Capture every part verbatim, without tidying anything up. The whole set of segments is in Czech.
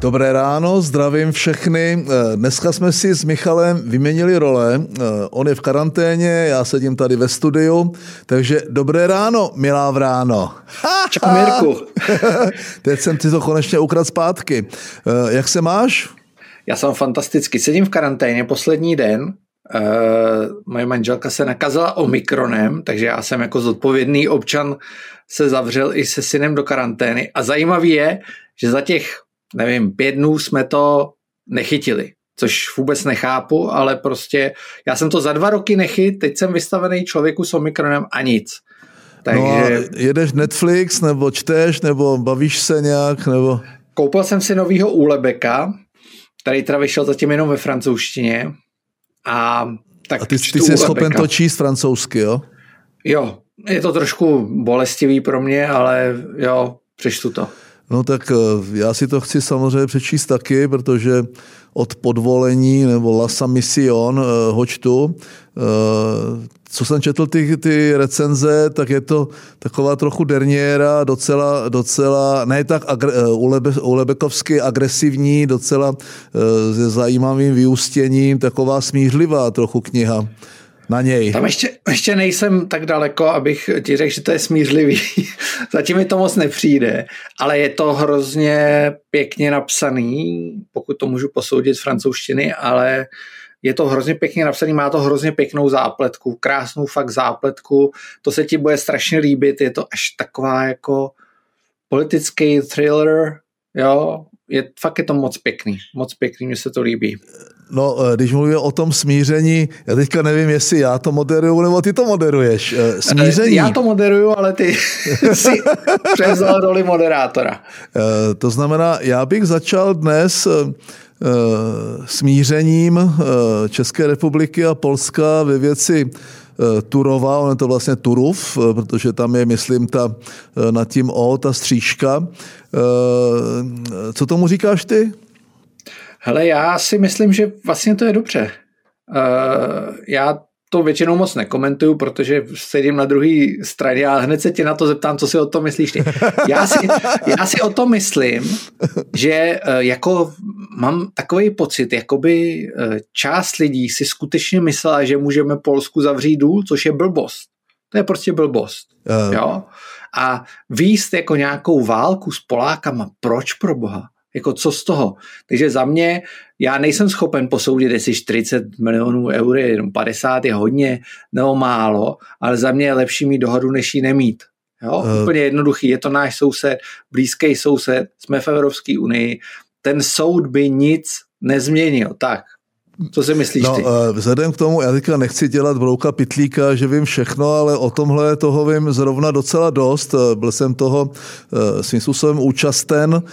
Dobré ráno, zdravím všechny. Dneska jsme si s Michalem vyměnili role. On je v karanténě, já sedím tady ve studiu, takže dobré ráno, milá Vráno. Čau, Mirku. Teď jsem ti to konečně ukradl zpátky. Jak se máš? Já jsem fantasticky. Sedím v karanténě poslední den. Uh, moje manželka se nakazila omikronem, takže já jsem jako zodpovědný občan se zavřel i se synem do karantény. A zajímavý je, že za těch, nevím, pět dnů jsme to nechytili, což vůbec nechápu, ale prostě já jsem to za dva roky nechyt, teď jsem vystavený člověku s omikronem a nic. Takže... No a jedeš Netflix, nebo čteš, nebo bavíš se nějak, nebo... Koupil jsem si novýho Úlebeka, který teda vyšel zatím jenom ve francouzštině. A, tak a ty, ty jsi schopen to číst francouzsky, jo? Jo, je to trošku bolestivý pro mě, ale jo, přečtu to. No tak já si to chci samozřejmě přečíst taky, protože od podvolení nebo La Submission ho čtu. Co jsem četl ty, ty recenze, tak je to taková trochu derniéra, docela, docela ne tak agre, ulebe, ulebekovsky agresivní, docela se zajímavým vyústěním, taková smířlivá trochu kniha na něj. Tam ještě, ještě nejsem tak daleko, abych ti řekl, že to je smířlivý. Zatím mi to moc nepřijde, ale je to hrozně pěkně napsaný, pokud to můžu posoudit z francouzštiny, ale je to hrozně pěkně napsaný, má to hrozně pěknou zápletku, krásnou fakt zápletku, to se ti bude strašně líbit, je to až taková jako politický thriller, jo, je, fakt je to moc pěkný, moc pěkný, mně se to líbí. No, když mluvím o tom smíření, já teďka nevím, jestli já to moderuju, nebo ty to moderuješ. Smíření. Já to moderuju, ale ty si převzal roli moderátora. To znamená, já bych začal dnes smířením České republiky a Polska ve věci Turova, on je to vlastně Turów, protože tam je, myslím, ta, nad tím O, ta střížka. Co tomu říkáš ty? Hele, já si myslím, že vlastně to je dobře. Uh, já to většinou moc nekomentuju, protože sedím na druhé straně a hned se tě na to zeptám, co si o tom myslíš ty. Já si, já si o tom myslím, že uh, jako mám takový pocit, jakoby uh, část lidí si skutečně myslela, že můžeme Polsku zavřít důl, což je blbost. To je prostě blbost. Uh. Jo? A výst jako nějakou válku s Polákama, proč pro boha? Jako co z toho? Takže za mě, já nejsem schopen posoudit, jestli čtyřicet milionů eur, jenom padesát je hodně nebo málo, ale za mě je lepší mít dohodu, než ji nemít. Jo? Uh. Úplně jednoduchý, je to náš soused, blízký soused, jsme v Evropské unii, ten soud by nic nezměnil. Tak, co si myslíš ty? No, vzhledem k tomu, já teďka nechci dělat brouka pytlíka, že vím všechno, ale o tomhle toho vím zrovna docela dost. Byl jsem toho svým způsobem účasten.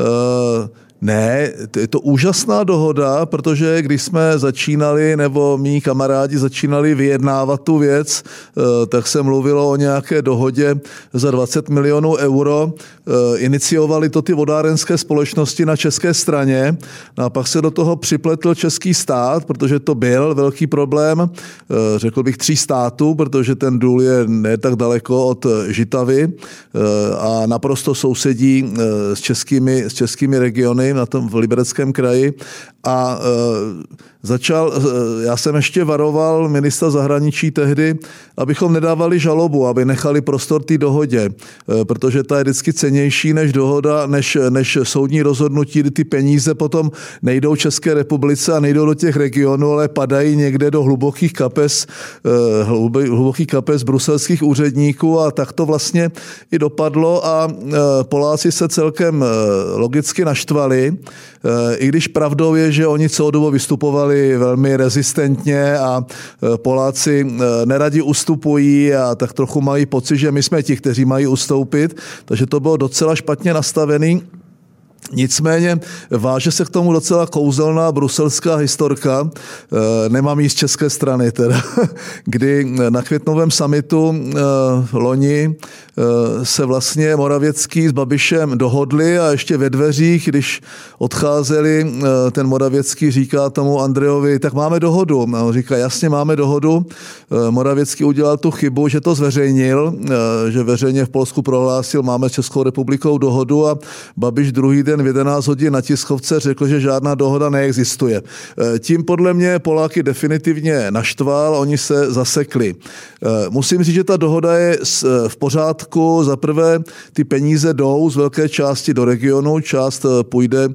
Ne, je to úžasná dohoda, protože když jsme začínali, nebo mí kamarádi začínali vyjednávat tu věc, tak se mluvilo o nějaké dohodě za dvacet milionů euro. Iniciovali to ty vodárenské společnosti na české straně a pak se do toho připletl český stát, protože to byl velký problém, řekl bych tří států, protože ten důl je ne tak daleko od Žitavy a naprosto sousedí s českými, s českými regiony na tom v Libereckém kraji a e, začal, e, já jsem ještě varoval ministra zahraničí tehdy, abychom nedávali žalobu, aby nechali prostor té dohodě, e, protože ta je vždycky cennější než dohoda, než, než soudní rozhodnutí, kdy ty peníze potom nejdou České republice a nejdou do těch regionů, ale padají někde do hlubokých kapes, e, hlubokých kapes bruselských úředníků a tak to vlastně i dopadlo a e, Poláci se celkem e, logicky naštvali, i když pravdou je, že oni celou dobu vystupovali velmi rezistentně a Poláci neradi ustupují a tak trochu mají pocit, že my jsme ti, kteří mají ustoupit, takže to bylo docela špatně nastavený. Nicméně váže se k tomu docela kouzelná bruselská historka, nemám jí z české strany teda, kdy na květnovém summitu loni se vlastně Moravěcký s Babišem dohodli a ještě ve dveřích, když odcházeli, ten Moravěcký říká tomu Andrejovi, tak máme dohodu. A on říká, jasně máme dohodu. Moravěcký udělal tu chybu, že to zveřejnil, že veřejně v Polsku prohlásil, máme s Českou republikou dohodu a Babiš druhý den den v jedenáct hodin na tiskovce řekl, že žádná dohoda neexistuje. Tím podle mě Poláky definitivně naštval, oni se zasekli. Musím říct, že ta dohoda je v pořádku. Za prvé ty peníze jdou z velké části do regionu, část půjde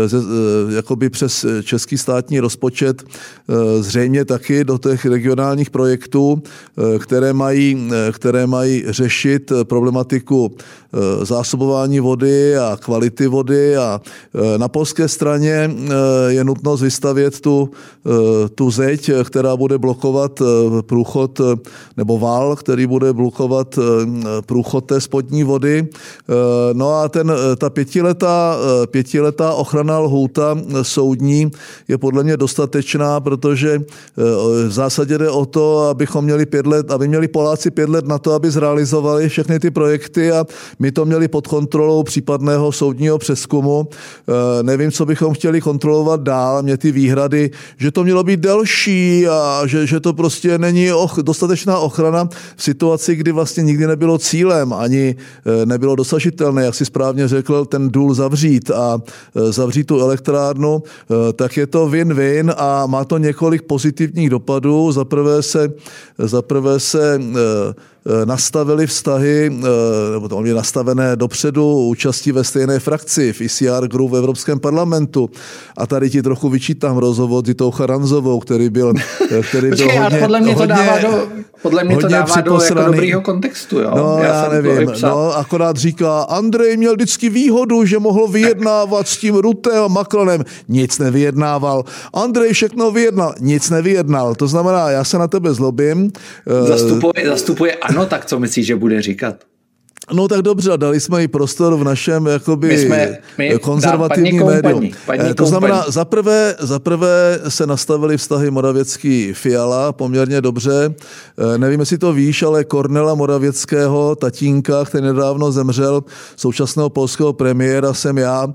jakoby přes český státní rozpočet zřejmě taky do těch regionálních projektů, které mají, které mají řešit problematiku zásobování vody a kvality vody a na polské straně je nutnost vystavět tu, tu zeď, která bude blokovat průchod nebo val, který bude blokovat průchod té spodní vody. No a ten, ta pětiletá, pětiletá ochrana lhůta soudní je podle mě dostatečná, protože v zásadě jde o to, abychom měli pět let, aby měli Poláci pět let na to, aby zrealizovali všechny ty projekty a my to měli pod kontrolou případného soudního přezkumu. Nevím, co bychom chtěli kontrolovat dál. Mě ty výhrady, že to mělo být delší a že, že to prostě není och, dostatečná ochrana v situaci, kdy vlastně nikdy nebylo cílem, ani nebylo dosažitelné, jak si správně řekl, ten důl zavřít a zavřít tu elektrárnu, tak je to win-win a má to několik pozitivních dopadů. Za prvé se, za prvé se nastavili vztahy, nebo to byly nastavené dopředu účastí ve stejné frakci v E C R Group v Evropském parlamentu. A tady ti trochu vyčítám rozhovor s Jitou Charanzovou, který byl, který byl Počkej, hodně, podle mě to hodně, dává do, podle mě to dává do jako dobrýho kontextu. Jo? No, já, já nevím. No, akorát říká, Andrej měl vždycky výhodu, že mohl vyjednávat s tím Ruttem a Macronem. Nic nevyjednával. Andrej všechno vyjednal. Nic nevyjednal. To znamená, já se na tebe zlobím. Zastupuje, zastupuje ano, tak co myslíš, že bude říkat? No tak dobře, dali jsme jí prostor v našem jakoby my jsme, my, konzervativním médiu. To znamená, za zaprvé, zaprvé se nastavily vztahy Moravěcký-Fiala poměrně dobře. Nevím, jestli to víš, ale Kornela Moravěckého, tatínka, který nedávno zemřel, současného polského premiéra, jsem já.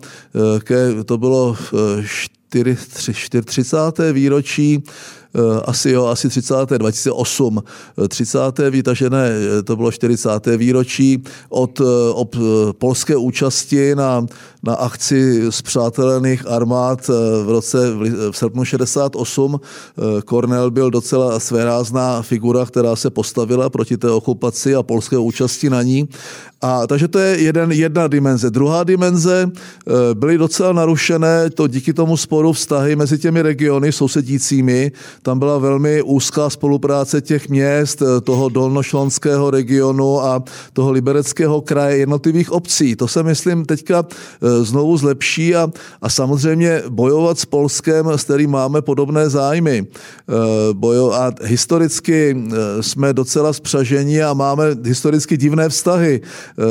To bylo čtyřicáté výročí asi jo, asi třicáté dva tisíce osm, třicáté takže ne, to bylo čtyřicáté výročí od, od polské účasti na, na akci spřátelených armád v roce, v srpnu šedesát osm. Kornel byl docela svérázná figura, která se postavila proti té okupaci a polské účasti na ní. A takže to je jeden, jedna dimenze. Druhá dimenze, byly docela narušené to díky tomu sporu vztahy mezi těmi regiony sousedícími. Tam byla velmi úzká spolupráce těch měst, toho dolnošlonského regionu a toho libereckého kraje, jednotlivých obcí. To se, myslím, teďka znovu zlepší a, a samozřejmě bojovat s Polskem, s kterým máme podobné zájmy. Bojo, a historicky jsme docela spřažení a máme historicky divné vztahy.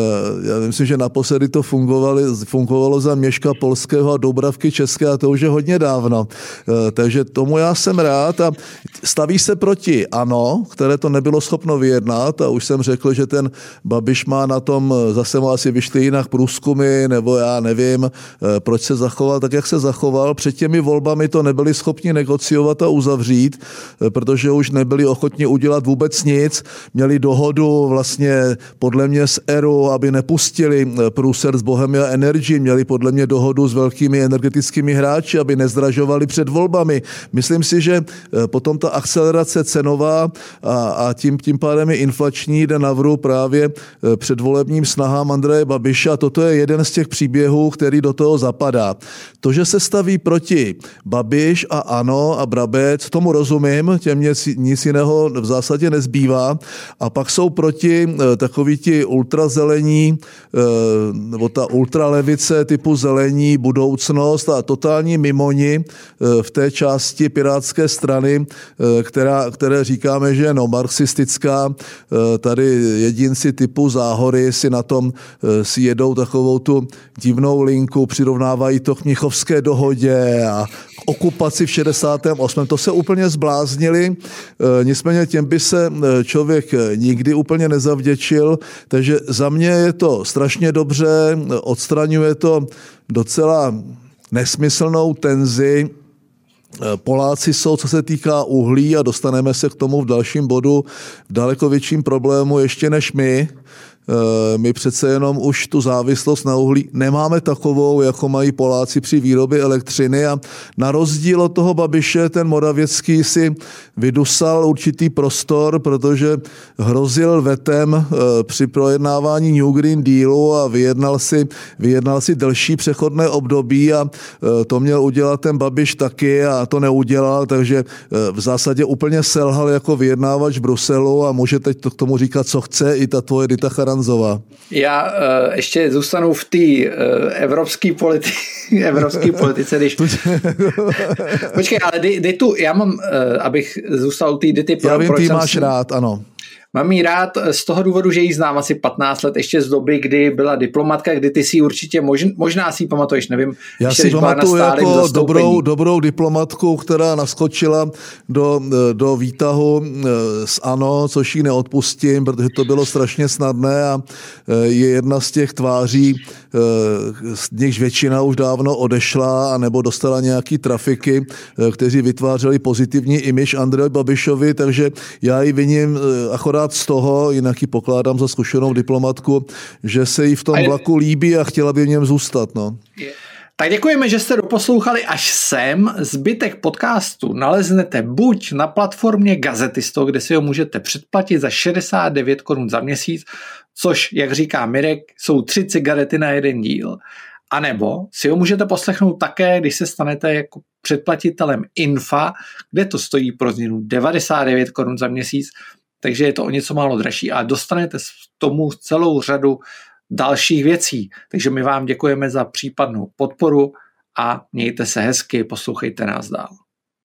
Já myslím, že naposledy to fungovalo za Měška polského a Doubravky české a to už je hodně dávno. Takže tomu já jsem rád a staví se proti ANO, které to nebylo schopno vyjednat a už jsem řekl, že ten Babiš má na tom, zase mu asi vyšly jinak průzkumy, nebo já nevím, proč se zachoval tak, jak se zachoval. Před těmi volbami to nebyli schopni negociovat a uzavřít, protože už nebyli ochotni udělat vůbec nic. Měli dohodu vlastně podle mě s E R U, aby nepustili průser z Bohemia Energy, měli podle mě dohodu s velkými energetickými hráči, aby nezdražovali před volbami. Myslím si, že potom ta akcelerace cenová a, a tím, tím pádem je inflační jde navru právě předvolebním snahám Andreje Babiše a toto je jeden z těch příběhů, který do toho zapadá. To, že se staví proti Babiš a ANO a Brabec, tomu rozumím, těm nic, nic jiného v zásadě nezbývá a pak jsou proti takoví ti ultrazelení nebo ta ultralevice typu zelení, budoucnost a totální mimoni v té části pirátské strany, která, které říkáme, že je no, marxistická. Tady jedinci typu Záhory si na tom si jedou takovou tu divnou linku, přirovnávají to k Mnichovské dohodě a k okupaci v šedesátém osmém To se úplně zbláznili, nicméně těm by se člověk nikdy úplně nezavděčil, takže za mě je to strašně dobře, odstraňuje to docela nesmyslnou tenzi. Poláci jsou, co se týká uhlí, a dostaneme se k tomu v dalším bodu, v daleko větším problému ještě než my. My přece jenom už tu závislost na uhlí nemáme takovou, jako mají Poláci při výrobě elektřiny a na rozdíl od toho Babiše ten Morawiecki si vydusal určitý prostor, protože hrozil vetem při projednávání New Green Dealu a vyjednal si, vyjednal si delší přechodné období a to měl udělat ten Babiš taky a to neudělal, takže v zásadě úplně selhal jako vyjednávač Bruselu a může teď to k tomu říkat, co chce, i ta tvoje Dita Charanzová. Já uh, ještě zůstanu v té uh, evropské politi- evropské politice, když... Počkej, ale dej, dej tu, já mám, uh, abych zůstal u té Dity... Pro, já vím, ty máš jsem... rád, ano. Mám jí rád z toho důvodu, že ji znám asi patnáct let, ještě z doby, kdy byla diplomatka, kdy ty si určitě, možn, možná si ji pamatuješ, nevím. Já ještě, si pamatuju jako dobrou, dobrou diplomatku, která naskočila do, do výtahu z ANO, což jí neodpustím, protože to bylo strašně snadné a je jedna z těch tváří, z nichž většina už dávno odešla a nebo dostala nějaký trafiky, kteří vytvářeli pozitivní image Andreji Babišovi, takže já ji viním akorát z toho, jinak ji pokládám za zkušenou diplomatku, že se jí v tom vlaku líbí a chtěla by v něm zůstat. No. Tak děkujeme, že jste doposlouchali až sem. Zbytek podcastu naleznete buď na platformě Gazetisto, kde si ho můžete předplatit za šedesát devět korun za měsíc, což, jak říká Mirek, jsou tři cigarety na jeden díl. A nebo si ho můžete poslechnout také, když se stanete jako předplatitelem Infa, kde to stojí pro změnu devadesát devět korun za měsíc, takže je to o něco málo dražší a dostanete z tomu celou řadu dalších věcí. Takže my vám děkujeme za případnou podporu a mějte se hezky, poslouchejte nás dál.